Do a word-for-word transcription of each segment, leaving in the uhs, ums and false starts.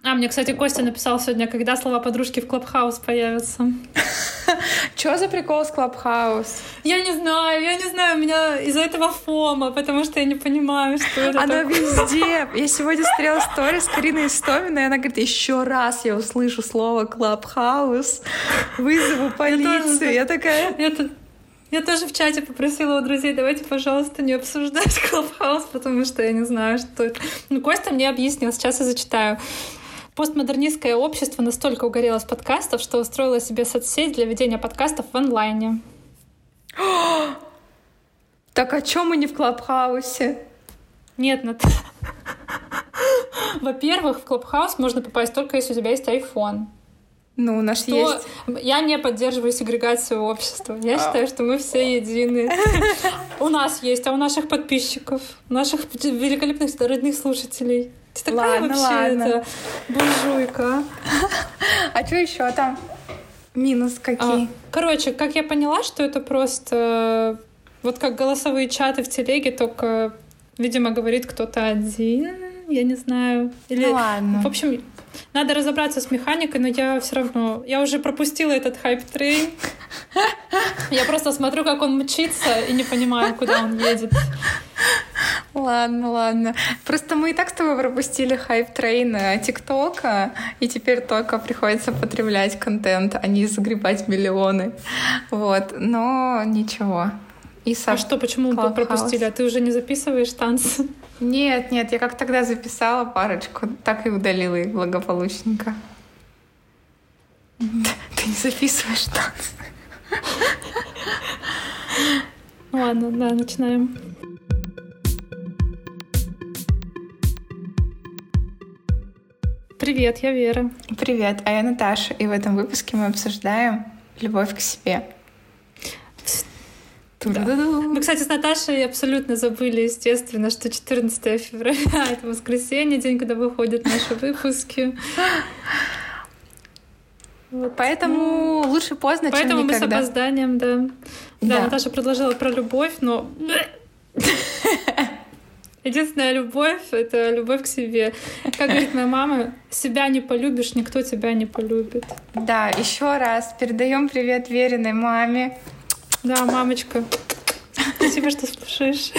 А, мне, кстати, Костя написал сегодня, когда слова подружки в Клабхаус появятся. Чё за прикол с Клабхаус? Я не знаю, я не знаю, у меня из-за этого фома, потому что я не понимаю, что это Она такое. везде. Я сегодня смотрела сторис Карины Истоминой, и она говорит, еще раз я услышу слово Клабхаус, вызову полицию. Я такая... Это... Я тоже в чате попросила у друзей, давайте, пожалуйста, не обсуждать Клабхаус, потому что я не знаю, что это. Ну, Костя мне объяснил, сейчас я зачитаю. Постмодернистское общество настолько угорело с подкастов, что устроило себе соцсеть для ведения подкастов в онлайне. Так а чё мы не в Клабхаусе? Нет, Ната. Во-первых, в Клабхаус можно попасть только если у тебя есть айфон. Ну, у нас что... есть. Я не поддерживаю сегрегацию общества. Я а. считаю, что мы все едины. У нас есть, а у наших подписчиков, у наших великолепных родных слушателей. Ты такая ладно, вообще ладно. Это буржуйка. А что еще там? Минус какие? А, короче, как я поняла, что это просто вот как голосовые чаты в телеге, только, видимо, говорит кто-то один. Я не знаю. Или... Ну ладно. В общем, надо разобраться с механикой, но я все равно... Я уже пропустила этот хайп-трейн. Я просто смотрю, как он мчится, и не понимаю, куда он едет. Ладно, ладно. Просто мы и так с тобой пропустили хайп-трейн ТикТока, и теперь только приходится потреблять контент, а не загребать миллионы. Вот. Но ничего. И а что, почему мы пропустили? А ты уже не записываешь танцы? Нет, нет, я как тогда записала парочку, так и удалила их благополучненько. Ты не записываешь танцы. Ладно, да, начинаем. Привет, я Вера. Привет, а я Наташа, и в этом выпуске мы обсуждаем любовь к себе. Да. Мы, кстати, с Наташей абсолютно забыли, естественно, что четырнадцатое февраля — это воскресенье, день, когда выходят наши выпуски. Вот. Поэтому ну, лучше поздно, поэтому чем никогда. Поэтому мы с опозданием, да. да. Да, Наташа предложила про любовь, но... Единственная любовь — это любовь к себе. Как говорит моя мама, себя не полюбишь, никто тебя не полюбит. Да, еще раз передаем привет Вериной маме. Да, мамочка. Спасибо, что слушаешь.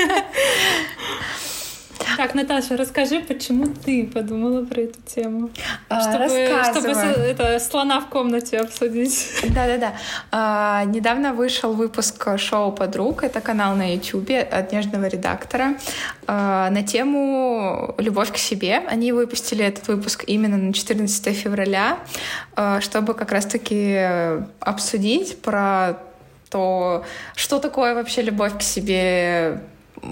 Так, Наташа, расскажи, почему ты подумала про эту тему? Чтобы, чтобы это, слона в комнате обсудить. Да-да-да. А, недавно вышел выпуск шоу «Подруг». Это канал на Ютубе от Нежного редактора. А, на тему «Любовь к себе». Они выпустили этот выпуск именно на четырнадцатое февраля, а, чтобы как раз-таки обсудить про то, что такое вообще любовь к себе.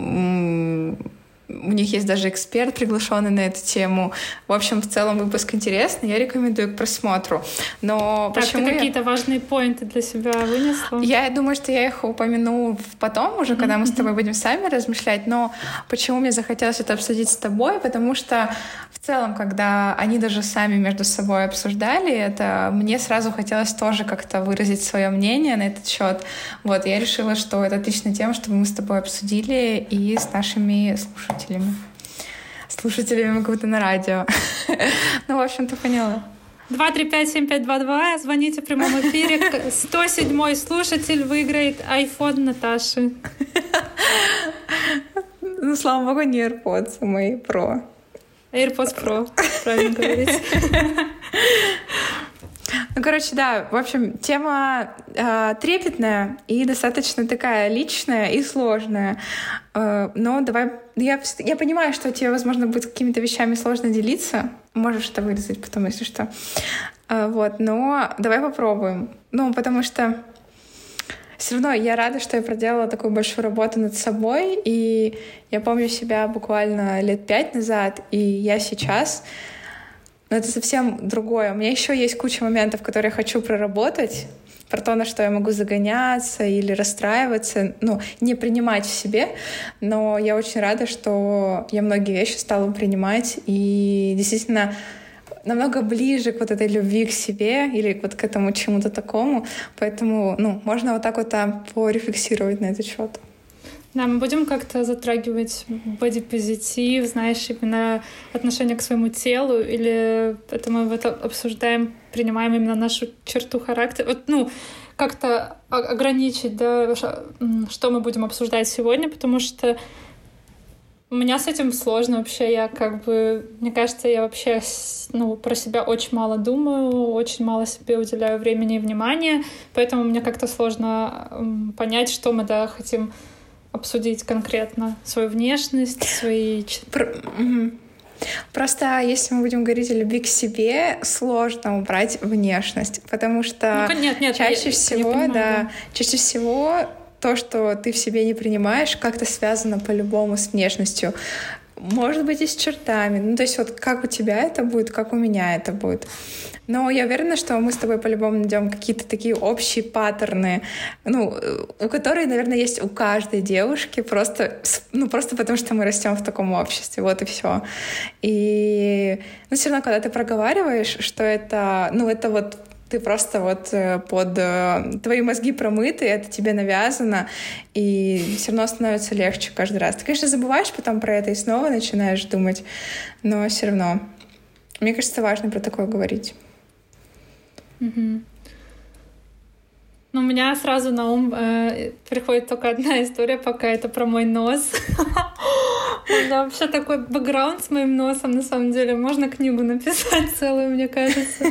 У них есть даже эксперт, приглашенный на эту тему. В общем, в целом выпуск интересный, я рекомендую к просмотру. Но так, почему ты я... какие-то важные поинты для себя вынесла? Я думаю, что я их упомяну потом уже, когда mm-hmm. мы с тобой будем сами размышлять. Но почему мне захотелось это обсудить с тобой? Потому что в целом, когда они даже сами между собой обсуждали это, мне сразу хотелось тоже как-то выразить свое мнение на этот счет. Вот, я решила, что это отличная тема, чтобы мы с тобой обсудили и с нашими слушателями. Слушателями мы как будто на радио. Ну, в общем, ты поняла. два три пять семь пять два два. Звоните в прямом эфире. сто седьмой слушатель выиграет iPhone Наташи. Ну, слава богу, не AirPods, а мои Pro. AirPods Pro, правильно говорить. Ну, короче, да, в общем, тема э, трепетная и достаточно такая личная и сложная. Э, но давай... Я, я понимаю, что тебе, возможно, будет какими-то вещами сложно делиться. Можешь это вырезать потом, если что. Э, вот, но давай попробуем. Ну, потому что все равно я рада, что я проделала такую большую работу над собой. И я помню себя буквально лет пять назад, и я сейчас... Но это совсем другое. У меня еще есть куча моментов, которые я хочу проработать, про то, на что я могу загоняться или расстраиваться, ну, не принимать в себе. Но я очень рада, что я многие вещи стала принимать и действительно намного ближе к вот этой любви к себе или вот к этому чему-то такому. Поэтому, ну, можно вот так вот там порефлексировать на этот счет. Да, мы будем как-то затрагивать бодипозитив, знаешь, именно отношение к своему телу, или это мы это обсуждаем, принимаем именно нашу черту характера? Вот, ну, как-то ограничить, да, что мы будем обсуждать сегодня, потому что у меня с этим сложно вообще. Я как бы, мне кажется, я вообще ну, про себя очень мало думаю, очень мало себе уделяю времени и внимания, поэтому мне как-то сложно понять, что мы, да, хотим обсудить конкретно. Свою внешность, свои... Про... Просто если мы будем говорить о любви к себе, сложно убрать внешность, потому что ну, нет, нет, чаще я, всего, я понимаю, да, да, чаще всего то, что ты в себе не принимаешь, как-то связано по-любому с внешностью. Может быть, и с чертами. Ну, то есть вот как у тебя это будет, как у меня это будет. Но я уверена, что мы с тобой по-любому найдем какие-то такие общие паттерны, ну, у которых, наверное, есть у каждой девушки, просто, ну, просто потому что мы растем в таком обществе, вот и все. И, ну, все равно, когда ты проговариваешь, что это, ну, это вот ты просто вот под... Твои мозги промыты, это тебе навязано, и все равно становится легче каждый раз. Ты, конечно, забываешь потом про это и снова начинаешь думать, но все равно. Мне кажется, важно про такое говорить. Угу. Ну, у меня сразу на ум э, приходит только одна история, пока это про мой нос. У меня вообще такой бэкграунд с моим носом, на самом деле. Можно книгу написать целую, мне кажется.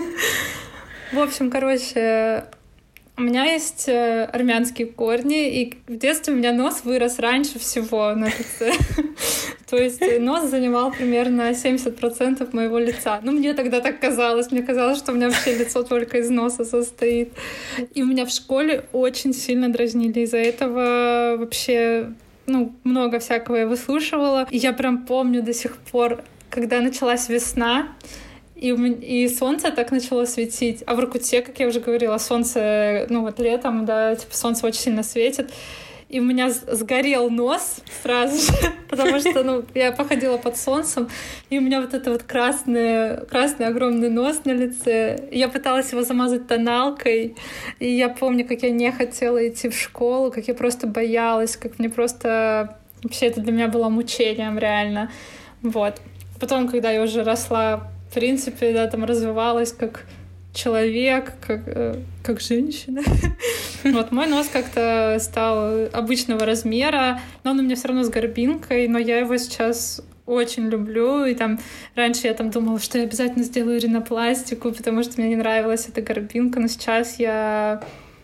В общем, короче, у меня есть армянские корни, и в детстве у меня нос вырос раньше всего на лице. То есть нос занимал примерно семьдесят процентов моего лица. Ну, мне тогда так казалось. Мне казалось, что у меня вообще лицо только из носа состоит. И у меня в школе очень сильно дразнили из-за этого. Вообще, ну, много всякого я выслушивала. И я прям помню до сих пор, когда началась весна, И, и солнце так начало светить. А в Воркуте, как я уже говорила, солнце, ну вот летом, да, типа солнце очень сильно светит. И у меня сгорел нос сразу же, потому что, ну, я походила под солнцем, и у меня вот это вот красный, красный огромный нос на лице. Я пыталась его замазать тоналкой, и я помню, как я не хотела идти в школу, как я просто боялась, как мне просто... Вообще это для меня было мучением, реально. Вот. Потом, когда я уже росла, в принципе, да, там развивалась как человек, как, э, как женщина. Вот мой нос как-то стал обычного размера, но он у меня все равно с горбинкой, но я его сейчас очень люблю, и там раньше я там думала, что я обязательно сделаю ринопластику, потому что мне не нравилась эта горбинка, но сейчас я...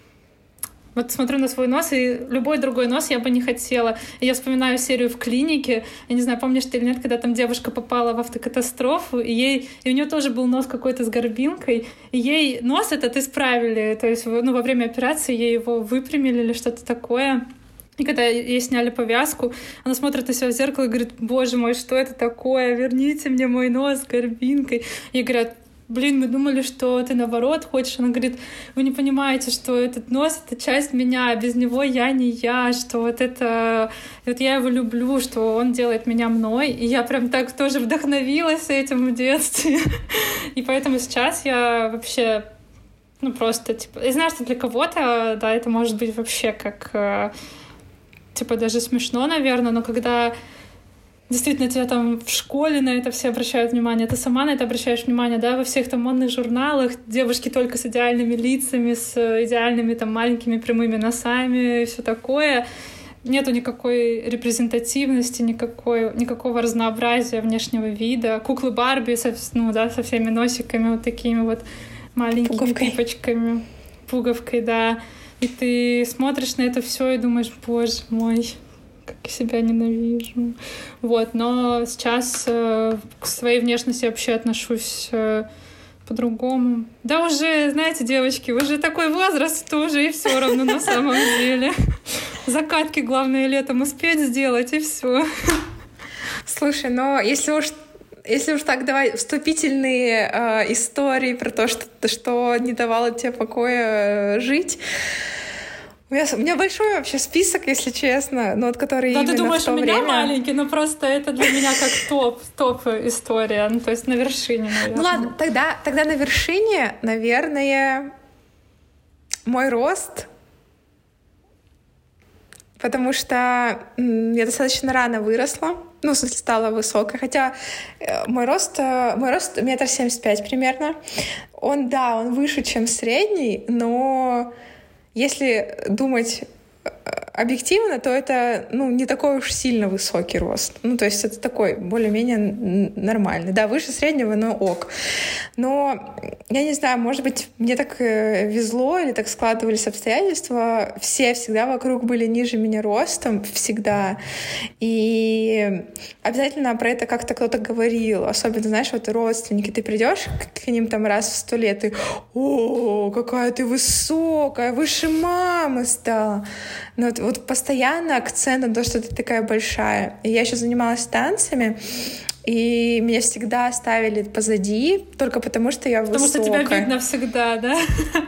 Вот смотрю на свой нос, и любой другой нос я бы не хотела. И я вспоминаю серию в клинике. Я не знаю, помнишь ты или нет, когда там девушка попала в автокатастрофу, и ей и у нее тоже был нос какой-то с горбинкой, и ей нос этот исправили. То есть ну, во время операции ей его выпрямили или что-то такое. И когда ей сняли повязку, она смотрит на себя в зеркало и говорит: боже мой, что это такое? Верните мне мой нос с горбинкой. И говорят: блин, мы думали, что ты наоборот хочешь. Она говорит: вы не понимаете, что этот нос — это часть меня, без него я не я, что вот это... Вот я его люблю, что он делает меня мной. И я прям так тоже вдохновилась этим в детстве. И поэтому сейчас я вообще... Ну, просто, типа... Я знаю, что для кого-то, да, это может быть вообще как... Типа даже смешно, наверное, но когда... Действительно, тебя там в школе на это все обращают внимание, ты сама на это обращаешь внимание, да, во всех там модных журналах девушки только с идеальными лицами, с идеальными там маленькими прямыми носами и все такое. Нету никакой репрезентативности, никакой, никакого разнообразия внешнего вида. Куклы Барби со, ну, да, со всеми носиками вот такими вот маленькими пуговкой. пипочками, пуговкой, да. И ты смотришь на это все и думаешь: боже мой, как я себя ненавижу. Вот, но сейчас э, к своей внешности вообще отношусь э, по-другому. Да уже, знаете, девочки, уже такой возраст, что уже и все равно на самом деле. Закатки, главное, летом успеть сделать, и все. Слушай, но если уж Если уж так, давай вступительные э, истории про то, что, что не давало тебе покоя э, жить. У меня, у меня большой вообще список, если честно, но вот который да, именно ты думаешь, в то у меня время... маленький, но просто это для меня как топ, топ история, ну, то есть на вершине, наверное. Ну ладно, тогда, тогда на вершине, наверное, мой рост потому что я достаточно рано выросла, ну, в смысле, стала высокой, хотя мой рост, мой рост метр семьдесят пять примерно. Он, да, он выше, чем средний, но если думать объективно, то это, ну, не такой уж сильно высокий рост. Ну, то есть это такой более-менее нормальный. Да, выше среднего, но ок. Но, я не знаю, может быть, мне так везло или так складывались обстоятельства. Все всегда вокруг были ниже меня ростом, всегда. И обязательно про это как-то кто-то говорил. Особенно, знаешь, вот родственники. Ты придешь к ним там раз в сто лет и «О, какая ты высокая, выше мамы стала». Но вот, вот постоянно акцент на то, что ты такая большая. И я еще занималась танцами, и меня всегда ставили позади, только потому что я потому высокая. Потому что тебя видно всегда, да?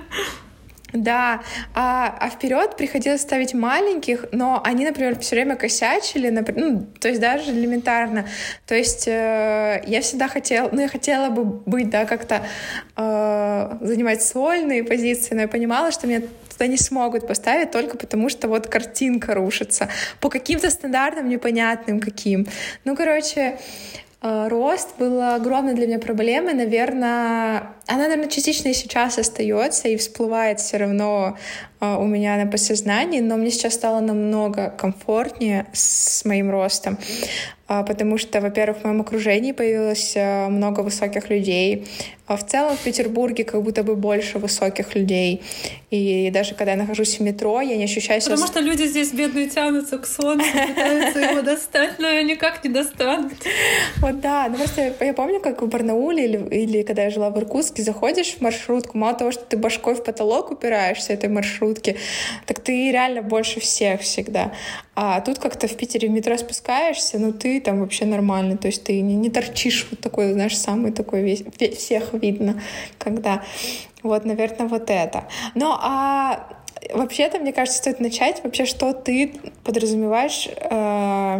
Да, а, а вперед приходилось ставить маленьких, но они, например, все время косячили, например, ну, то есть даже элементарно. То есть э, я всегда хотела, ну, я хотела бы быть, да, как-то э, занимать сольные позиции, но я понимала, что меня туда не смогут поставить только потому, что вот картинка рушится по каким-то стандартам непонятным каким. Ну, короче, рост был огромной для меня проблемой, наверное, она, наверное, частично и сейчас остается и всплывает все равно у меня на подсознании, но мне сейчас стало намного комфортнее с моим ростом, потому что, во-первых, в моем окружении появилось много высоких людей. В целом в Петербурге как будто бы больше высоких людей. И даже когда я нахожусь в метро, я не ощущаю себя... Потому что люди здесь бедные тянутся к солнцу, пытаются его достать, но никак не достанут. Вот да, ну просто я помню, как в Барнауле или, или когда я жила в Иркутске, заходишь в маршрутку, мало того, что ты башкой в потолок упираешься этой маршрутки, так ты реально больше всех всегда. А тут как-то в Питере в метро спускаешься, ну ты там вообще нормальный, то есть ты не, не торчишь вот такой, знаешь, самый такой весь, всех видно, когда... Вот, наверное, вот это. Ну, а вообще-то, мне кажется, стоит начать вообще, что ты подразумеваешь, э,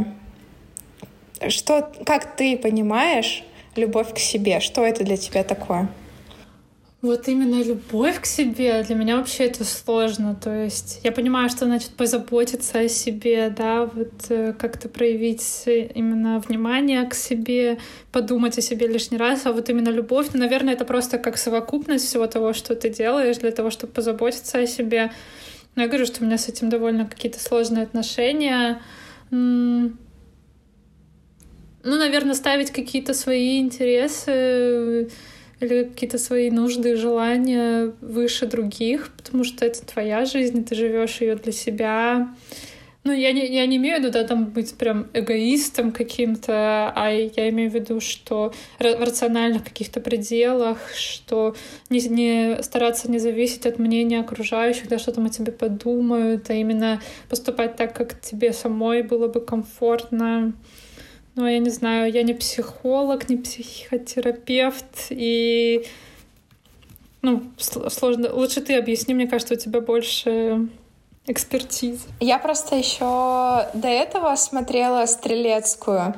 что, как ты понимаешь любовь к себе, что это для тебя такое? Вот именно любовь к себе для меня вообще это сложно. То есть я понимаю, что значит позаботиться о себе, да, вот как-то проявить именно внимание к себе, подумать о себе лишний раз, а вот именно любовь, ну, наверное, это просто как совокупность всего того, что ты делаешь для того, чтобы позаботиться о себе. Но я говорю, что у меня с этим довольно какие-то сложные отношения. Ну, наверное, ставить какие-то свои интересы или какие-то свои нужды и желания выше других, потому что это твоя жизнь, ты живешь ее для себя. Ну, я не, я не имею в виду, да, там быть прям эгоистом каким-то, а я имею в виду, что в рациональных каких-то пределах, что не, не стараться не зависеть от мнения окружающих, да, что там о тебе подумают, а именно поступать так, как тебе самой было бы комфортно. Ну, я не знаю, я не психолог, не психотерапевт, и, ну, сложно. Лучше ты объясни, мне кажется, у тебя больше экспертизы. Я просто еще до этого смотрела «Стрелецкую».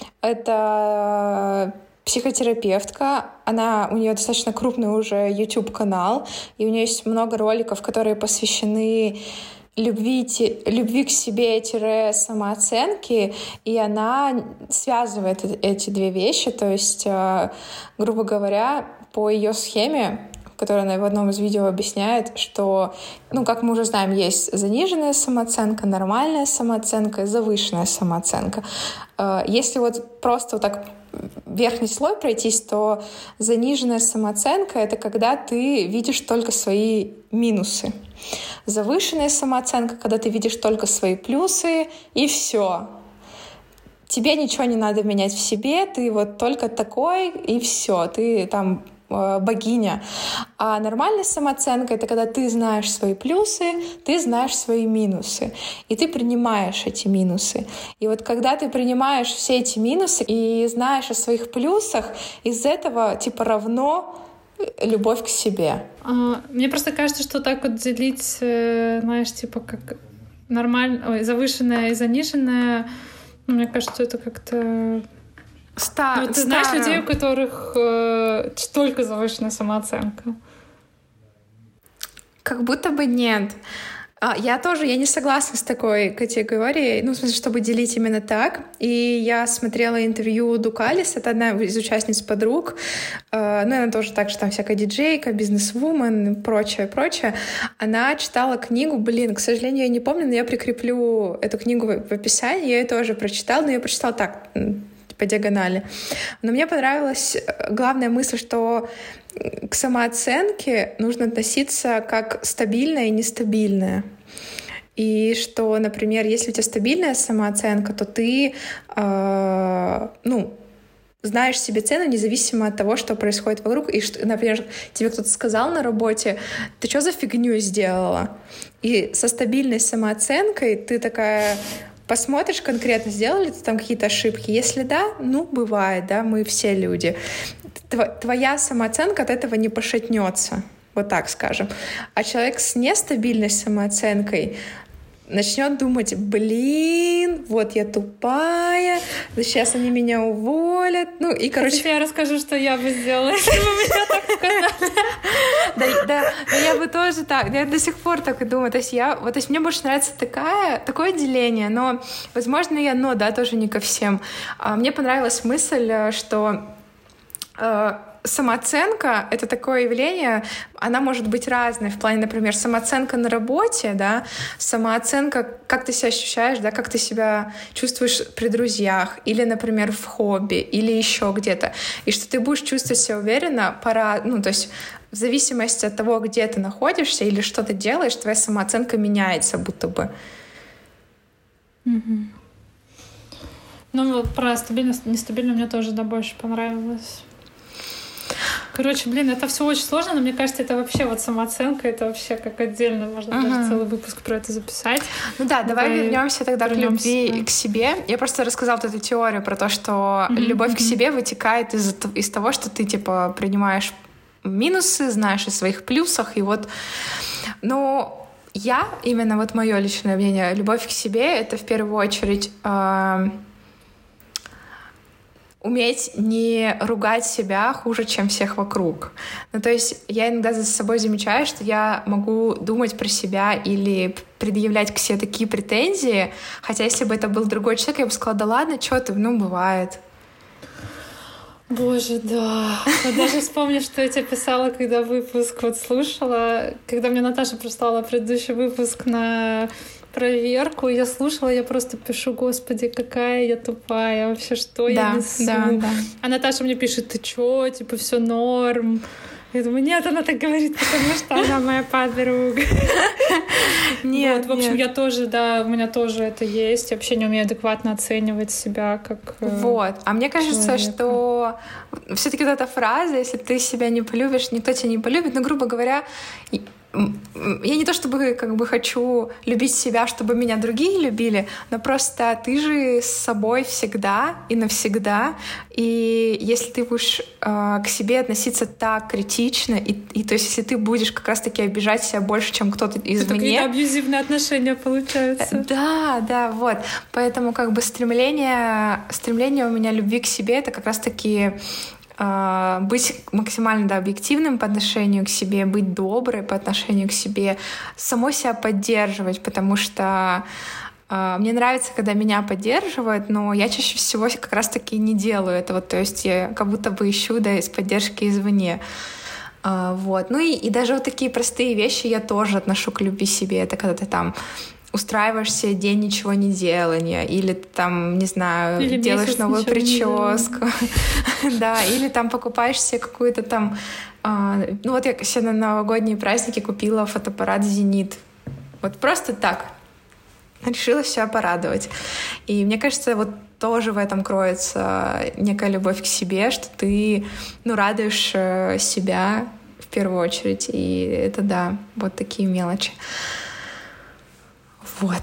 Это психотерапевтка, она, у нее достаточно крупный уже YouTube-канал, и у нее есть много роликов, которые посвящены любви, любви к себе-самооценке, и она связывает эти две вещи, то есть, грубо говоря, по ее схеме, которую она в одном из видео объясняет, что, ну, как мы уже знаем, есть заниженная самооценка, нормальная самооценка и завышенная самооценка. Если вот просто вот так верхний слой пройтись, то заниженная самооценка — это когда ты видишь только свои минусы. Завышенная самооценка, когда ты видишь только свои плюсы, и все. Тебе ничего не надо менять в себе, ты вот только такой, и все. Ты там богиня. А нормальная самооценка — это когда ты знаешь свои плюсы, ты знаешь свои минусы, и ты принимаешь эти минусы. И вот когда ты принимаешь все эти минусы и знаешь о своих плюсах, из этого типа равно любовь к себе. А, мне просто кажется, что так вот делить, знаешь, типа как нормально, ой, завышенное и заниженное, мне кажется, это как-то... Ста- ну, ты старо. знаешь людей, у которых э, только завышенная самооценка? Как будто бы нет. А, я тоже, я не согласна с такой категорией, ну, в смысле, чтобы делить именно так. И я смотрела интервью Дукалис, это одна из участниц «Подруг», э, ну, она тоже так же там всякая диджейка, бизнес-вумен и прочее, прочее. Она читала книгу, блин, к сожалению, я не помню, но я прикреплю эту книгу в описании, я ее тоже прочитала, но я прочитала так, по диагонали. Но мне понравилась главная мысль, что к самооценке нужно относиться как стабильное и нестабильное. И что, например, если у тебя стабильная самооценка, то ты, э, ну, знаешь себе цену независимо от того, что происходит вокруг. И, что, например, тебе кто-то сказал на работе, ты что за фигню сделала? И со стабильной самооценкой ты такая... Посмотришь конкретно, сделали ты там какие-то ошибки. Если да, ну, бывает, да, мы все люди. Твоя самооценка от этого не пошатнется, вот так скажем. А человек с нестабильной самооценкой начнет думать, блин, вот я тупая, сейчас они меня уволят. Ну, и, короче... Хотите, я расскажу, что я бы сделала, если бы меня так сказали. Да, да, да, я бы тоже так, я до сих пор так и думаю. То есть я, вот, то есть мне больше нравится такая, такое деление, но, возможно, я, но, да, тоже не ко всем. А мне понравилась мысль, что э, самооценка — это такое явление, она может быть разной в плане, например, самооценка на работе, да, самооценка, как ты себя ощущаешь, да, как ты себя чувствуешь при друзьях, или, например, в хобби, или еще где-то, и что ты будешь чувствовать себя уверенно, пора, ну, то есть в зависимости от того, где ты находишься или что ты делаешь, твоя самооценка меняется будто бы. Mm-hmm. Ну, про стабильность, нестабильно мне тоже, да, больше понравилось. Короче, блин, это все очень сложно, но мне кажется, это вообще вот самооценка, это вообще как отдельно, можно uh-huh. даже целый выпуск про это записать. Ну да, давай, давай вернемся тогда вернемся. к любви к себе. Я просто рассказала вот эту теорию про то, что uh-huh. любовь uh-huh. к себе вытекает из, из того, что ты, типа, принимаешь минусы, знаешь о своих плюсах, и вот... Но я, именно вот мое личное мнение, любовь к себе — это в первую очередь... Э- уметь не ругать себя хуже, чем всех вокруг. Ну, то есть я иногда за собой замечаю, что я могу думать про себя или предъявлять к себе такие претензии, хотя если бы это был другой человек, я бы сказала, да ладно, что ты, ну, бывает. Боже, да. Вот даже вспомни, что я тебе писала, когда выпуск вот слушала, когда мне Наташа прислала предыдущий выпуск на проверку, я слушала, я просто пишу, господи, какая я тупая, вообще, что да, я несу? Да, да. А Наташа мне пишет, ты чё, типа, все норм. Я думаю, нет, она так говорит, потому что она моя подруга. Нет, в общем, я тоже, да, у меня тоже это есть. Я вообще не умею адекватно оценивать себя как Вот. А мне кажется, что все-таки вот эта фраза, если ты себя не полюбишь, никто тебя не полюбит, ну, грубо говоря, я не то чтобы как бы хочу любить себя, чтобы меня другие любили, но просто ты же с собой всегда и навсегда. И если ты будешь э, к себе относиться так критично, и, и то есть если ты будешь как раз-таки обижать себя больше, чем кто-то извне... Это какие-то абьюзивные отношения получаются. Да, да, вот. Поэтому как бы стремление, стремление у меня любви к себе — это как раз-таки быть максимально, да, объективным по отношению к себе, быть доброй по отношению к себе, самой себя поддерживать, потому что э, мне нравится, когда меня поддерживают, но я чаще всего как раз-таки не делаю этого, то есть я как будто бы ищу, да, из поддержки извне. Э, вот. Ну и, и даже вот такие простые вещи я тоже отношу к любви себе. Это когда ты там устраиваешь себе день ничего не делания, или ты там, не знаю, или делаешь новую прическу, да, или там покупаешь себе какую-то там... Ну вот я себе на новогодние праздники купила фотоаппарат «Зенит». Вот просто так. Решила себя порадовать. И мне кажется, вот тоже в этом кроется некая любовь к себе, что ты, ну, радуешь себя в первую очередь. И это, да, вот такие мелочи. Вот.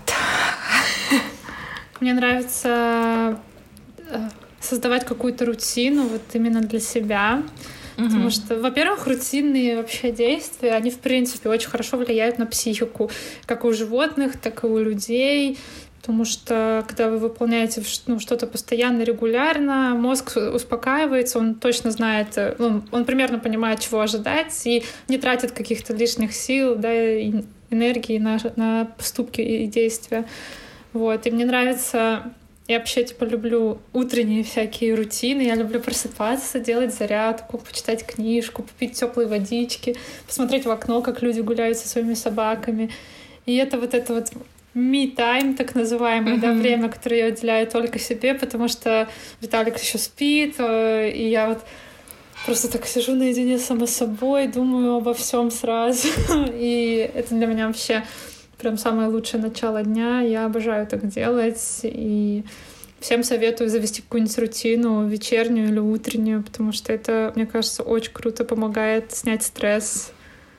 Мне нравится создавать какую-то рутину вот именно для себя. Mm-hmm. Потому что, во-первых, рутинные вообще действия, они, в принципе, очень хорошо влияют на психику. Как у животных, так и у людей. Потому что, когда вы выполняете ну, что-то постоянно, регулярно, мозг успокаивается, он точно знает, ну, он примерно понимает, чего ожидать, и не тратит каких-то лишних сил, да, и энергии на, на поступки и действия. Вот. И мне нравится... Я вообще, типа, люблю утренние всякие рутины. Я люблю просыпаться, делать зарядку, почитать книжку, попить теплой водички, посмотреть в окно, как люди гуляют со своими собаками. И это вот это вот me-time, так называемое, mm-hmm. да, время, которое я уделяю только себе, потому что Виталик еще спит, и я вот просто так сижу наедине сама собой, думаю обо всем сразу. И это для меня вообще прям самое лучшее начало дня. Я обожаю так делать. И всем советую завести какую-нибудь рутину, вечернюю или утреннюю, потому что это, мне кажется, очень круто помогает снять стресс.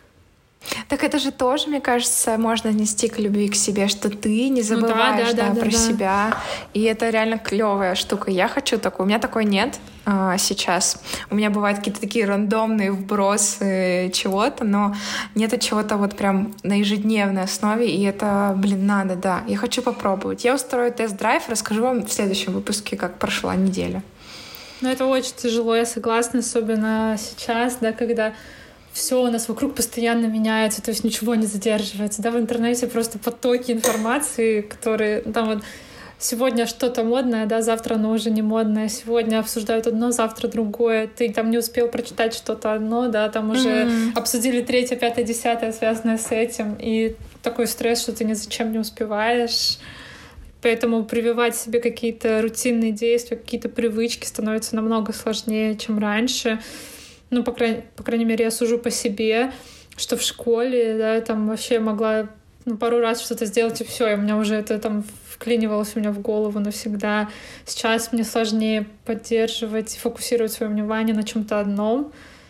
Так это же тоже, мне кажется, можно отнести к любви к себе, что ты не забываешь ну, да, да, да, да, про да, себя. Да. И это реально клевая штука. Я хочу такую. У меня такой нет а, сейчас. У меня бывают какие-то такие рандомные вбросы чего-то, но нету чего-то вот прям на ежедневной основе. И это, блин, надо, да. Я хочу попробовать. Я устрою тест-драйв, расскажу вам в следующем выпуске, как прошла неделя. Ну, это очень тяжело, я согласна, особенно сейчас, да, когда все у нас вокруг постоянно меняется, то есть ничего не задерживается. Да, в интернете просто потоки информации, которые там вот сегодня что-то модное, да, завтра оно уже не модное, сегодня обсуждают одно, завтра другое. Ты там не успел прочитать что-то одно, да, там уже mm-hmm. обсудили третье, пятое, десятое, связанное с этим. И такой стресс, что ты ни зачем не успеваешь. Поэтому прививать себе какие-то рутинные действия, какие-то привычки становится намного сложнее, чем раньше. Ну, по крайней, по крайней мере, я сужу по себе, что в школе, да, там вообще могла ну, пару раз что-то сделать, и все, и у меня уже это там вклинивалось у меня в голову навсегда. Сейчас мне сложнее поддерживать и фокусировать свое внимание на чем-то одном.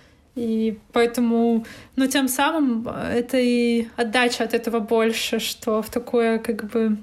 И поэтому, ну, тем самым это и отдача от этого больше, что в такое, как бы,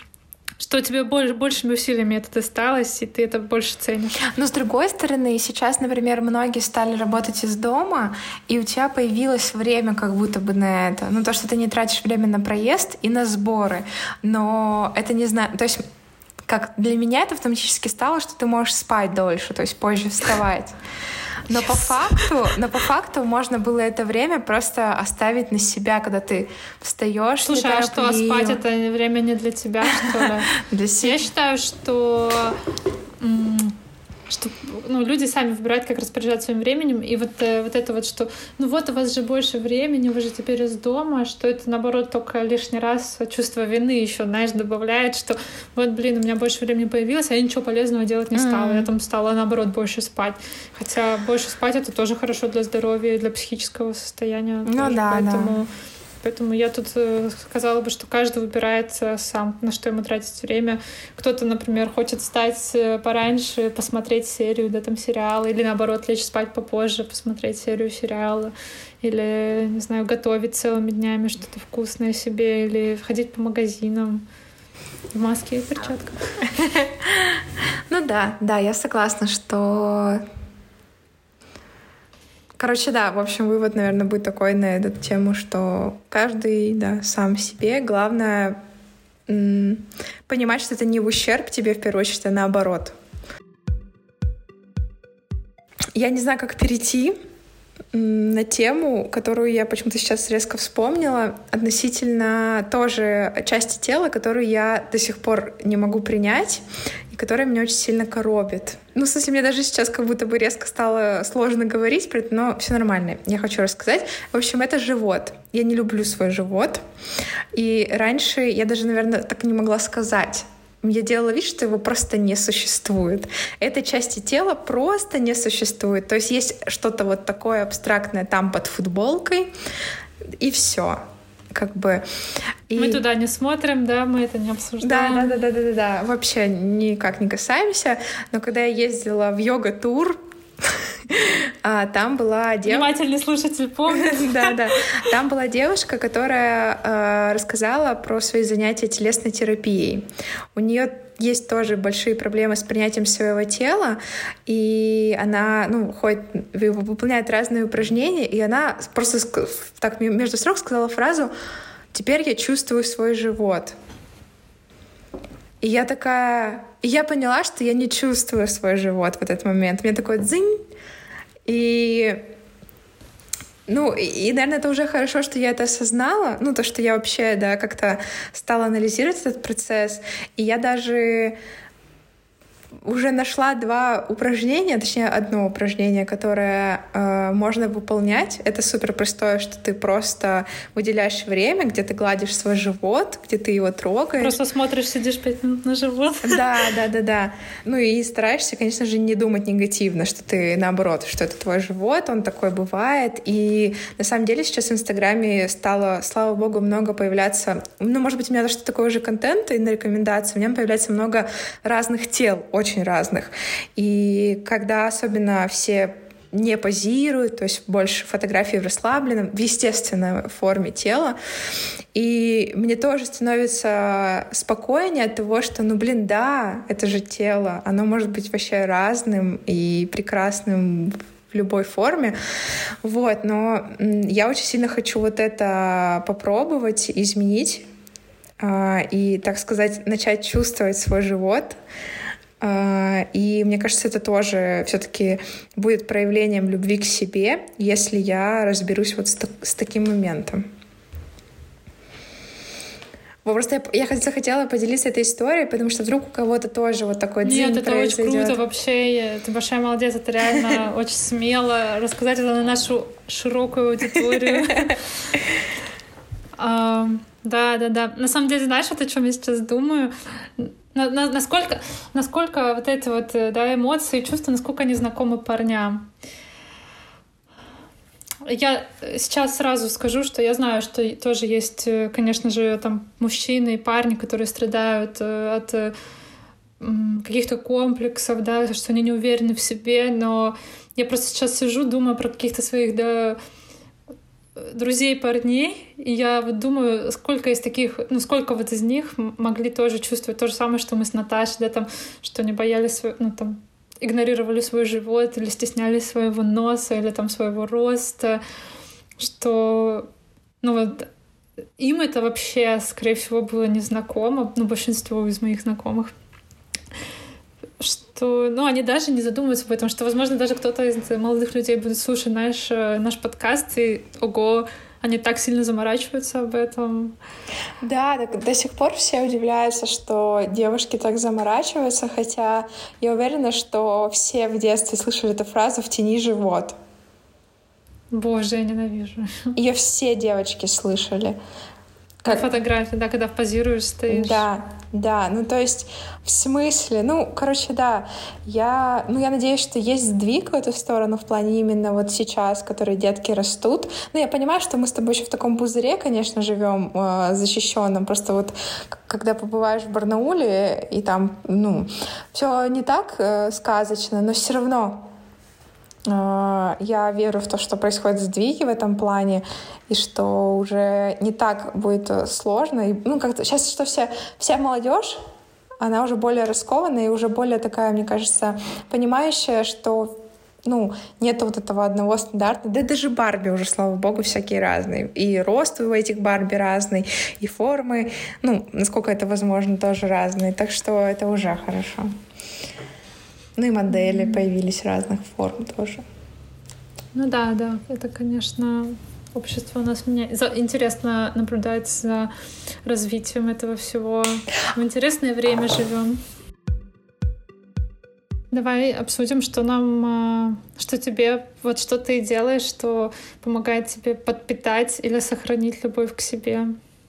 что тебе больше, большими усилиями это досталось, и ты это больше ценишь. Но с другой стороны, сейчас, например, многие стали работать из дома, и у тебя появилось время как будто бы на это. Ну, то, что ты не тратишь время на проезд и на сборы. Но это не знаю... То есть как для меня это автоматически стало, что ты можешь спать дольше, то есть позже вставать. Но yes. по факту, но по факту можно было это время просто оставить на себя, когда ты встаешь. Слушай, а что, спать это время не для тебя, что ли? Для себя. Я считаю, что что ну, люди сами выбирают, как распоряжаться своим временем, и вот, э, вот это вот, что ну вот у вас же больше времени, вы же теперь из дома, что это, наоборот, только лишний раз чувство вины еще, знаешь, добавляет, что вот, блин, у меня больше времени появилось, а я ничего полезного делать не стала, mm. я там стала, наоборот, больше спать. Хотя больше спать — это тоже хорошо для здоровья и для психического состояния. Ну тоже, да, поэтому... да. Поэтому я тут сказала бы, что каждый выбирает сам, на что ему тратить время. Кто-то, например, хочет встать пораньше, посмотреть серию, да, там, сериала, или, наоборот, лечь спать попозже, посмотреть серию сериала, или, не знаю, готовить целыми днями что-то вкусное себе, или ходить по магазинам в маске и перчатках. Ну да, да, я согласна, что... Короче, да, в общем, вывод, наверное, будет такой на эту тему, что каждый, да, сам себе. Главное м- понимать, что это не в ущерб тебе, в первую очередь, а наоборот. Я не знаю, как перейти м- на тему, которую я почему-то сейчас резко вспомнила, относительно тоже части тела, которую я до сих пор не могу принять, которая меня очень сильно коробит. Ну, в смысле, мне даже сейчас как будто бы резко стало сложно говорить про это, но все нормально. Я хочу рассказать. В общем, это живот. Я не люблю свой живот. И раньше я даже, наверное, так и не могла сказать. Я делала вид, что его просто не существует. Этой части тела просто не существует. То есть есть что-то вот такое абстрактное там под футболкой, и все. Как бы... И... Мы туда не смотрим, да, мы это не обсуждаем. Да, да, да, да, да, да, вообще никак не касаемся. Но когда я ездила в йога-тур, там была девушка... Внимательный слушатель помнит. Да, да. Там была девушка, которая рассказала про свои занятия телесной терапией. У нее есть тоже большие проблемы с принятием своего тела, и она, ну, ходит, выполняет разные упражнения, и она просто так между строк сказала фразу: «Теперь я чувствую свой живот». И я такая... И я поняла, что я не чувствую свой живот в этот момент. У меня такой дзынь. И... Ну, и, и, наверное, это уже хорошо, что я это осознала. Ну, то, что я вообще, да, как-то стала анализировать этот процесс. И я даже... уже нашла два упражнения, точнее одно упражнение, которое э, можно выполнять. Это супер простое, что ты просто выделяешь время, где ты гладишь свой живот, где ты его трогаешь. Просто смотришь, сидишь пять минут на живот. Да, да, да, да. Ну и стараешься, конечно же, не думать негативно, что ты наоборот, что это твой живот, он такой бывает. И на самом деле сейчас в Инстаграме стало, слава богу, много появляться, ну, может быть, у меня даже такой же контент и на рекомендации, у меня появляется много разных тел, очень разных. И когда особенно все не позируют, то есть больше фотографий в расслабленном, в естественной форме тела, и мне тоже становится спокойнее от того, что, ну, блин, да, это же тело, оно может быть вообще разным и прекрасным в любой форме, вот, но я очень сильно хочу вот это попробовать, изменить и, так сказать, начать чувствовать свой живот. И мне кажется, это тоже все-таки будет проявлением любви к себе, если я разберусь вот с, с таким моментом. Просто я, я захотела поделиться этой историей, потому что вдруг у кого-то тоже вот такой день Нет, это произойдет. очень круто вообще. Ты большая молодец, это реально очень смело рассказать это на нашу широкую аудиторию. Да, да, да. На самом деле, знаешь, вот о чем я сейчас думаю? На, на, насколько, насколько вот эти вот, да, эмоции, чувства, насколько они знакомы парням. Я сейчас сразу скажу, что я знаю, что тоже есть, конечно же, там мужчины и парни, которые страдают от каких-то комплексов, да, что они не уверены в себе, но я просто сейчас сижу, думаю про каких-то своих, да, друзей парней, и я вот думаю, сколько из таких, ну, сколько вот из них могли тоже чувствовать то же самое, что мы с Наташей, да, там, что они боялись, ну, там, игнорировали свой живот или стеснялись своего носа или там своего роста, что, ну, вот им это вообще, скорее всего, было незнакомо, ну, большинству из моих знакомых, что, ну, они даже не задумываются об этом, что, возможно, даже кто-то из молодых людей будет слушать наш, наш подкаст, и, ого, они так сильно заморачиваются об этом. Да, так, до сих пор все удивляются, что девушки так заморачиваются, хотя я уверена, что все в детстве слышали эту фразу «втяни живот». Боже, я ненавижу. Ее все девочки слышали. Как фотографии, да, когда позируешь, стоишь. Да, да, ну то есть в смысле, ну, короче, да, я, ну, я надеюсь, что есть сдвиг в эту сторону в плане именно вот сейчас, которые детки растут. Ну, я понимаю, что мы с тобой еще в таком пузыре, конечно, живем э, защищенном, просто вот когда побываешь в Барнауле, и там, ну, все не так э, сказочно, но все равно я верю в то, что происходят сдвиги в этом плане, и что уже не так будет сложно. И, ну, как-то сейчас что вся, вся молодежь, она уже более раскованная и уже более такая, мне кажется, понимающая, что ну, нету вот этого одного стандарта. Да даже Барби уже, слава богу, всякие разные. И рост у этих Барби разный, и формы, ну, насколько это возможно, тоже разные. Так что это уже хорошо. Ну и модели mm-hmm. появились разных форм тоже. Ну да, да, это, конечно, общество у нас меняется. Интересно наблюдать за развитием этого всего. В интересное время живем. Давай обсудим, что нам, что тебе, вот что ты делаешь, что помогает тебе подпитать или сохранить любовь к себе.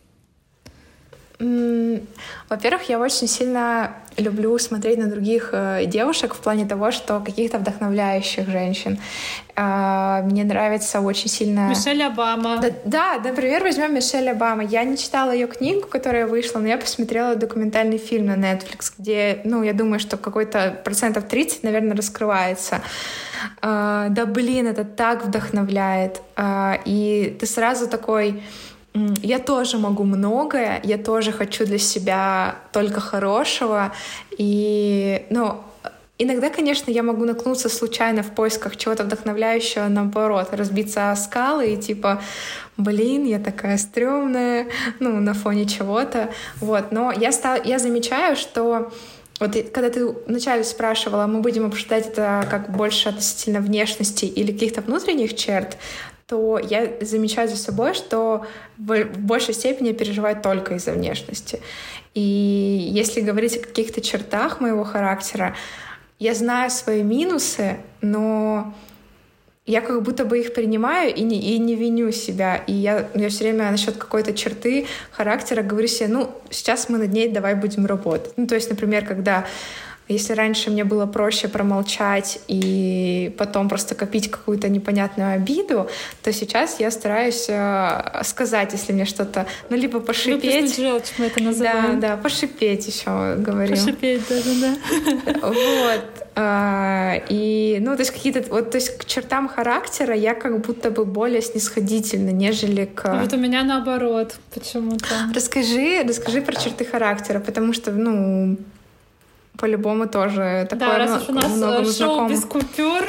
Во-первых, я очень сильно люблю смотреть на других э, девушек в плане того, что каких-то вдохновляющих женщин. Э, мне нравится очень сильно... Мишель Обама. Да, да, например, возьмем Мишель Обама. Я не читала ее книгу, которая вышла, но я посмотрела документальный фильм на Netflix, где, ну, я думаю, что какой-то процентов тридцать, наверное, раскрывается. Э, да, блин, это так вдохновляет. Э, и ты сразу такой... Я тоже могу многое, я тоже хочу для себя только хорошего. И, ну, Иногда, конечно, я могу наткнуться случайно в поисках чего-то вдохновляющего, наоборот, разбиться о скалы и типа, блин, я такая стрёмная, ну, на фоне чего-то. Вот. Но я, стал, я замечаю, что вот когда ты вначале спрашивала, мы будем обсуждать это как больше относительно внешности или каких-то внутренних черт, то я замечаю за собой, что в большей степени я переживаю только из-за внешности. И если говорить о каких-то чертах моего характера, я знаю свои минусы, но я как будто бы их принимаю и не, и не виню себя. И я, я все время насчет какой-то черты характера говорю себе, ну, сейчас мы над ней давай будем работать. Ну, то есть, например, когда... Если раньше мне было проще промолчать и потом просто копить какую-то непонятную обиду, то сейчас я стараюсь э, сказать, если мне что-то, ну, либо пошипеть. Желчь, мы это называем. Да, да, пошипеть еще говорим. Пошипеть даже, да. Вот. И, ну, то есть какие-то, вот, то есть к чертам характера я как будто бы более снисходительна, нежели к... А вот у меня наоборот почему-то. Расскажи, расскажи про черты характера, потому что, ну... По-любому тоже такое. Да, раз уж у нас шоу без знакомых. купюр.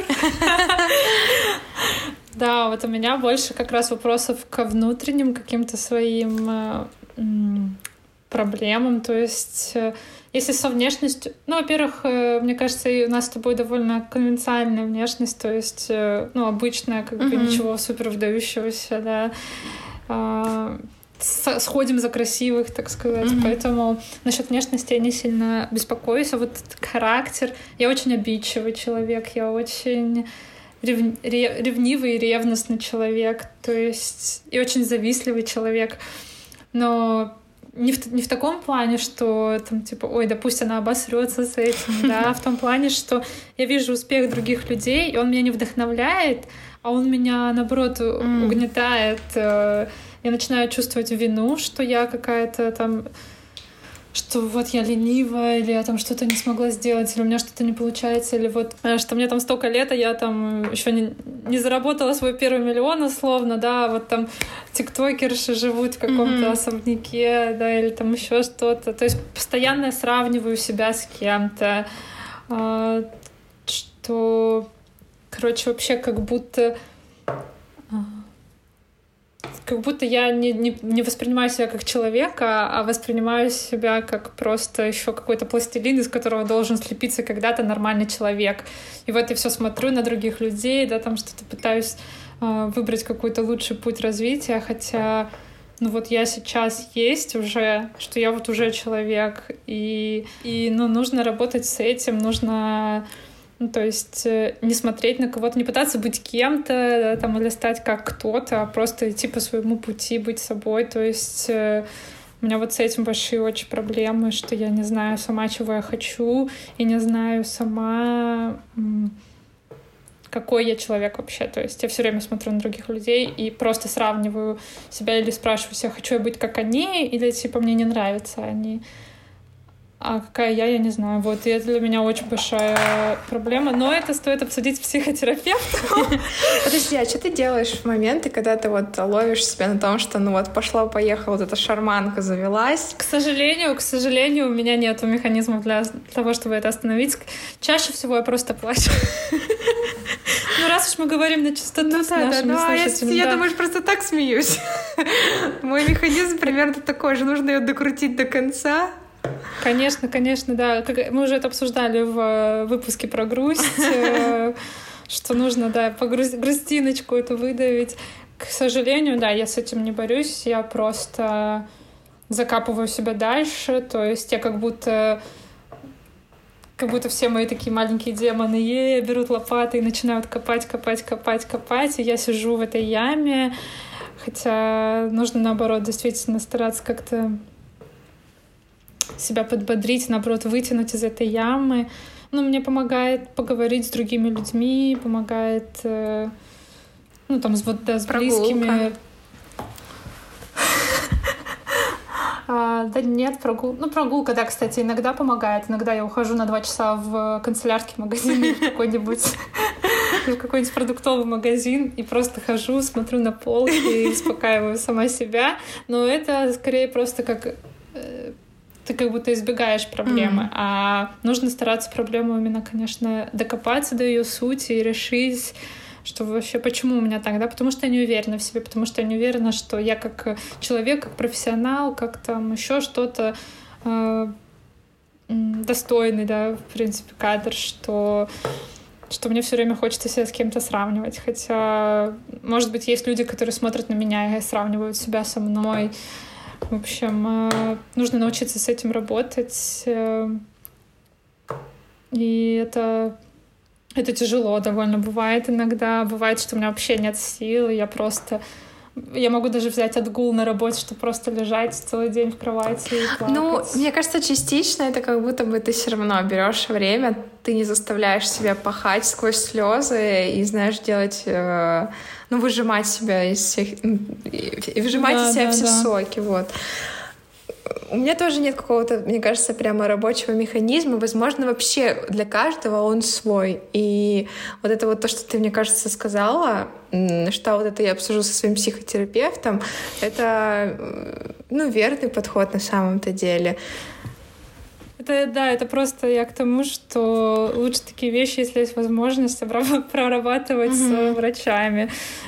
Да, вот у меня больше как раз вопросов ко внутренним каким-то своим проблемам. То есть, если со внешностью... Ну, во-первых, мне кажется, у нас с тобой довольно конвенциальная внешность, то есть, ну, обычная, как бы ничего супер выдающегося, да. Сходим за красивых, так сказать. Mm-hmm. Поэтому насчет внешности я не сильно беспокоюсь. А вот характер... Я очень обидчивый человек, я очень рев... ревнивый и ревностный человек, то есть и очень завистливый человек. Но не в, не в таком плане, что там типа, ой, да пусть она обосрется с этим, да, а в том плане, что я вижу успех других людей, и он меня не вдохновляет, а он меня, наоборот, mm. угнетает. Я начинаю чувствовать вину, что я какая-то там, что вот я ленивая, или я там что-то не смогла сделать, или у меня что-то не получается, или вот что мне там столько лет, а я там еще не, не заработала свой первый миллион условно, да, вот там тиктокерши живут в каком-то mm-hmm. особняке, да, или там еще что-то. То есть постоянно я сравниваю себя с кем-то, что, короче, вообще как будто... Как будто я не, не, не воспринимаю себя как человека, а воспринимаю себя как просто еще какой-то пластилин, из которого должен слепиться когда-то нормальный человек. И вот я все смотрю на других людей, да, там что-то пытаюсь э, выбрать какой-то лучший путь развития, хотя, ну вот я сейчас есть уже, что я вот уже человек, и, и ну, нужно работать с этим, нужно... Ну, то есть не смотреть на кого-то, не пытаться быть кем-то, да, там, или стать как кто-то, а просто идти по своему пути, быть собой. То есть э, у меня вот с этим большие очень проблемы, что я не знаю сама, чего я хочу, и не знаю сама, м- какой я человек вообще. То есть я все время смотрю на других людей и просто сравниваю себя или спрашиваю себя, хочу я быть как они, или типа мне не нравятся они. А какая я, я не знаю. Вот, и это для меня очень большая проблема. Но это стоит обсудить с психотерапевтом. Подожди, а что ты делаешь в моменты, когда ты вот ловишь себя на том, что ну вот пошла-поехала, вот эта шарманка завелась? К сожалению, к сожалению, у меня нет механизмов для того, чтобы это остановить. Чаще всего я просто плачу. Ну, раз уж мы говорим на чистоту с нашими слушателями. Я думаю, просто так смеюсь. Мой механизм примерно такой же. Нужно ее докрутить до конца. Конечно, конечно, да. Мы уже это обсуждали в выпуске про грусть, что нужно, да, грустиночку эту выдавить. К сожалению, да, я с этим не борюсь, я просто закапываю себя дальше, то есть я как будто как будто все мои такие маленькие демоны е, берут лопаты и начинают копать, копать, копать, копать, и я сижу в этой яме, хотя нужно, наоборот, действительно стараться как-то себя подбодрить, наоборот, вытянуть из этой ямы. Ну, мне помогает поговорить с другими людьми, помогает, э, ну, там, с, вот, да, с близкими. А, да нет, прогул... ну, прогулка, да, кстати, иногда помогает. Иногда я ухожу на два часа в канцелярский магазин или в какой-нибудь в какой-нибудь продуктовый магазин и просто хожу, смотрю на полки и успокаиваю сама себя. Но это скорее просто как ты как будто избегаешь проблемы, mm-hmm. а нужно стараться проблему именно, конечно, докопаться до ее сути и решить, что вообще почему у меня так, да, потому что я не уверена в себе, потому что я не уверена, что я как человек, как профессионал, как там еще что-то э, достойный, да, в принципе, кадр, что что мне все время хочется себя с кем-то сравнивать, хотя, может быть, есть люди, которые смотрят на меня и сравнивают себя со мной. В общем, нужно научиться с этим работать. И это, это тяжело довольно бывает иногда. Бывает, что у меня вообще нет сил, и я просто... Я могу даже взять отгул на работе, чтобы просто лежать целый день в кровати и плакать. Ну, мне кажется, частично это как будто бы ты все равно берешь время, ты не заставляешь себя пахать сквозь слезы и, знаешь, делать... Э, ну, выжимать себя из всех... И выжимать да, из себя да, все да. соки, вот. У меня тоже нет какого-то, мне кажется, прямо рабочего механизма. Возможно, вообще для каждого он свой. И вот это вот то, что ты, мне кажется, сказала, что вот это я обсужу со своим психотерапевтом, это, ну, верный подход на самом-то деле. Это, да, это просто я к тому, что лучше такие вещи, если есть возможность, прорабатывать mm-hmm. с врачами.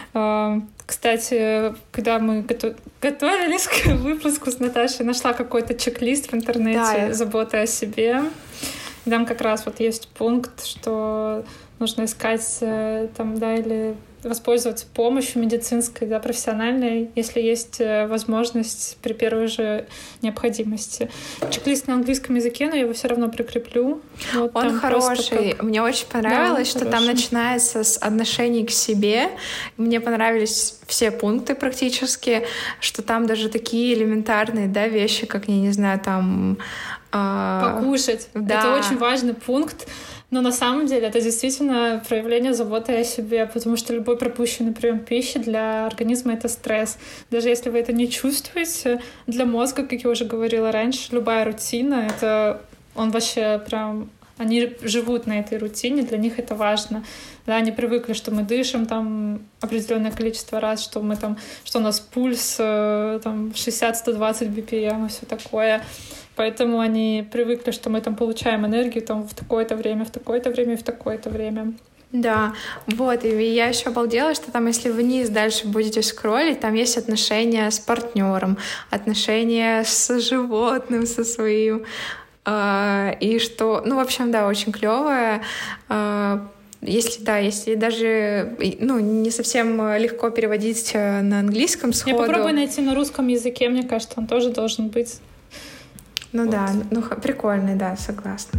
Кстати, когда мы готовились к выпуску с Наташей, нашла какой-то чек-лист в интернете да. «Забота о себе». И там как раз вот есть пункт, что нужно искать там, да, или воспользоваться помощью медицинской, да, профессиональной, если есть возможность при первой же необходимости. Чек-лист на английском языке, но я его все равно прикреплю. Вот он хороший. Как... Мне очень понравилось, да, что хороший. Там начинается с отношений к себе. Мне понравились все пункты практически, что там даже такие элементарные, да, вещи, как, я не знаю, там... Покушать. Да. Это очень важный пункт. Но на самом деле это действительно проявление заботы о себе, потому что любой пропущенный прием пищи для организма — это стресс. Даже если вы это не чувствуете, для мозга, как я уже говорила раньше, любая рутина — это он вообще прям... Они живут на этой рутине, для них это важно. Да, они привыкли, что мы дышим там определенное количество раз, что мы там, что у нас пульс там шестьдесят - сто двадцать би пи эм и все такое. Поэтому они привыкли, что мы там получаем энергию там в такое-то время, в такое-то время и в такое-то время. Да, вот, и я еще обалдела, что там, если вниз дальше будете скроллить, там есть отношения с партнером, отношения с животным, со своим, э, и что, ну, в общем, да, очень клевое. Э, Если, да, если даже, ну, не совсем легко переводить на английском сходу. Я попробую найти на русском языке, мне кажется, он тоже должен быть. Ну вот. Да, ну прикольный, да, согласна.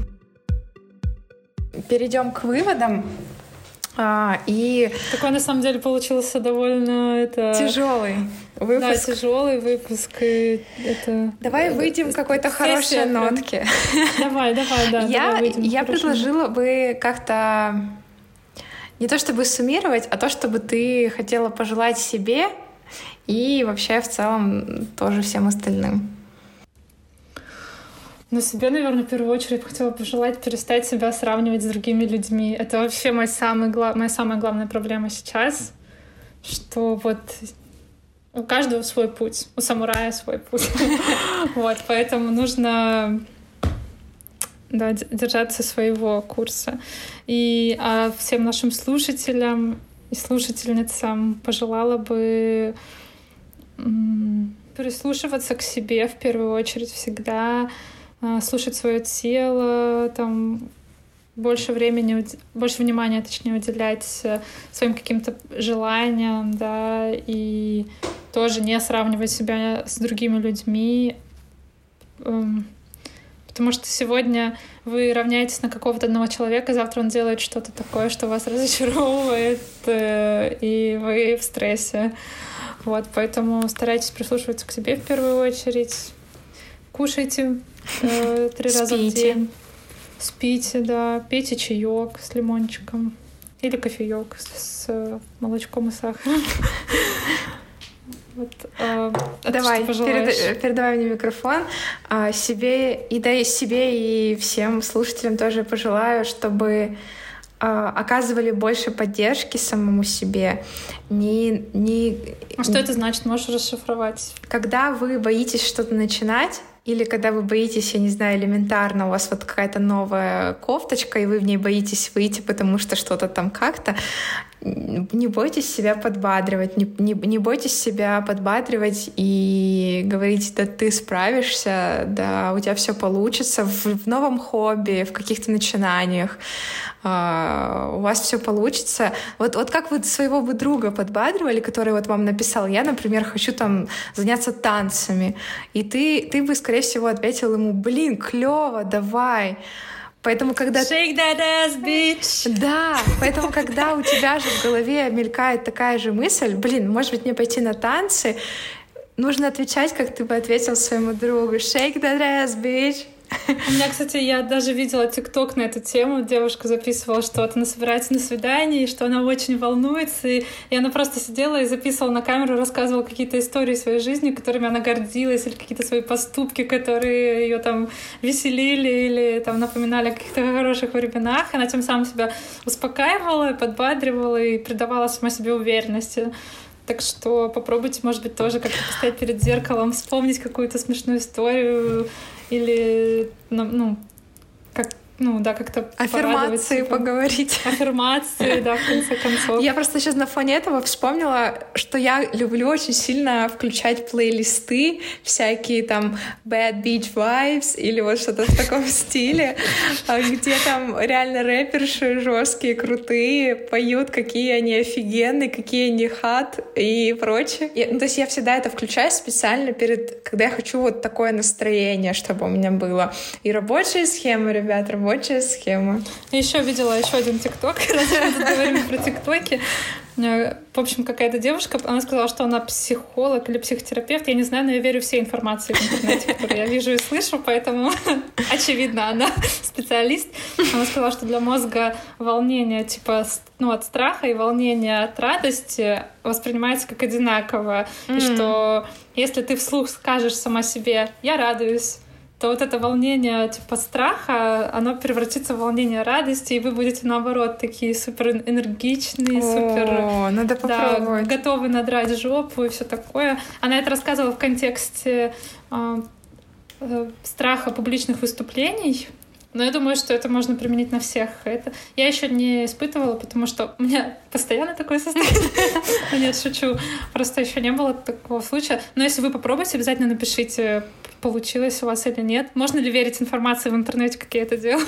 Перейдем к выводам. А, и такой на самом деле получился довольно это... тяжелый выпуск. Да, тяжелый выпуск. И это... Давай выйдем к какой-то хорошей нотке. Давай, давай, да. Я, давай выйдем я предложила бы как-то не то чтобы суммировать, а то, чтобы ты хотела пожелать себе и вообще в целом тоже всем остальным. Но себе, наверное, в первую очередь хотела пожелать перестать себя сравнивать с другими людьми. Это вообще мой самый глав... моя самая главная проблема сейчас, что вот у каждого свой путь, у самурая свой путь. Вот, поэтому нужно да, держаться своего курса. И а всем нашим слушателям и слушательницам пожелала бы м- прислушиваться к себе в первую очередь всегда, слушать свое тело, там, больше времени, больше внимания, точнее, уделять своим каким-то желаниям, да, и тоже не сравнивать себя с другими людьми, потому что сегодня вы равняетесь на какого-то одного человека, завтра он делает что-то такое, что вас разочаровывает, и вы в стрессе. Вот, поэтому старайтесь прислушиваться к себе в первую очередь. Кушайте э, три раза в день. Спите, да. Пейте чаек с лимончиком. Или кофеек с, с молочком и сахаром. Вот, э, давай, перед, передавай мне микрофон. А, себе, и да, и себе, и всем слушателям тоже пожелаю, чтобы а, оказывали больше поддержки самому себе. Не, не... А что это значит? Можешь расшифровать? Когда вы боитесь что-то начинать, Или когда вы боитесь, я не знаю, элементарно, у вас вот какая-то новая кофточка, и вы в ней боитесь выйти, потому что что-то там как-то. Не бойтесь себя подбадривать, не, не, не бойтесь себя подбадривать и говорить: да ты справишься, да у тебя все получится в, в новом хобби, в каких-то начинаниях. Uh, у вас все получится. Вот, вот как вы своего бы друга подбадривали, который вот вам написал: я, например, хочу там заняться танцами, и ты, ты бы, скорее всего, ответил ему: блин, клево, давай. Поэтому, когда... Shake that ass, bitch! Да, поэтому, когда у тебя же в голове мелькает такая же мысль: блин, может быть, мне пойти на танцы, нужно отвечать, как ты бы ответил своему другу: shake that ass, bitch! У меня, кстати, я даже видела тикток на эту тему. Девушка записывала, что вот она собирается на свидание, и что она очень волнуется. И, и она просто сидела и записывала на камеру, рассказывала какие-то истории своей жизни, которыми она гордилась, или какие-то свои поступки, которые ее там веселили или там напоминали о каких-то хороших временах. Она тем самым себя успокаивала, подбадривала и придавала сама себе уверенности. Так что попробуйте, может быть, тоже как-то постоять перед зеркалом, вспомнить какую-то смешную историю или, ну, как, ну да, как-то аффирмации типа, поговорить. Аффирмации, да, в конце концов. Я просто сейчас на фоне этого вспомнила, что я люблю очень сильно включать плейлисты, всякие там Bad Beach Vibes или вот что-то в таком стиле, где там реально рэперши жесткие, крутые, поют, какие они офигенные, какие они хат и прочее. Я, ну, то есть я всегда это включаю специально перед, когда я хочу вот такое настроение, чтобы у меня было. И рабочая схема, ребят, рабочая схема. Я еще видела еще один тикток, раз мы тут говорим про тиктоки. В общем, какая-то девушка, она сказала, что она психолог или психотерапевт. Я не знаю, но я верю всей информации в интернете, которую я вижу и слышу, поэтому, очевидно, она специалист. Она сказала, что для мозга волнение типа ну, от страха и волнение от радости воспринимается как одинаково. Mm-hmm. И что если ты вслух скажешь сама себе «я радуюсь», то вот это волнение типа страха, оно превратится в волнение радости, и вы будете, наоборот, такие супер энергичные, супер надо попробовать. Да, готовы надрать жопу и все такое. Она это рассказывала в контексте э, э, страха публичных выступлений. Но я думаю, что это можно применить на всех. Это я еще не испытывала, потому что у меня постоянно такое состояние. Нет, шучу. Просто еще не было такого случая. Но если вы попробуете, обязательно напишите, получилось у вас или нет. Можно ли верить информации в интернете, как я это делаю?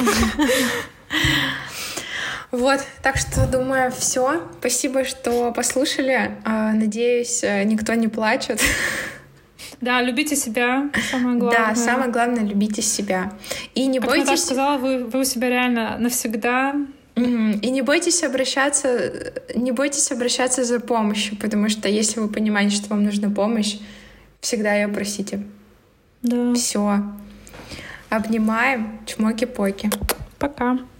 Вот, так что, думаю, все. Спасибо, что послушали. Надеюсь, никто не плачет. Да, любите себя, самое главное. Да, самое главное — любите себя. И не как бойтесь... Наташа сказала, вы, вы у себя реально навсегда. Mm-hmm. И не бойтесь обращаться, не бойтесь обращаться за помощью, потому что если вы понимаете, что вам нужна помощь, всегда ее просите. Да. Все. Обнимаем. Чмоки-поки. Пока.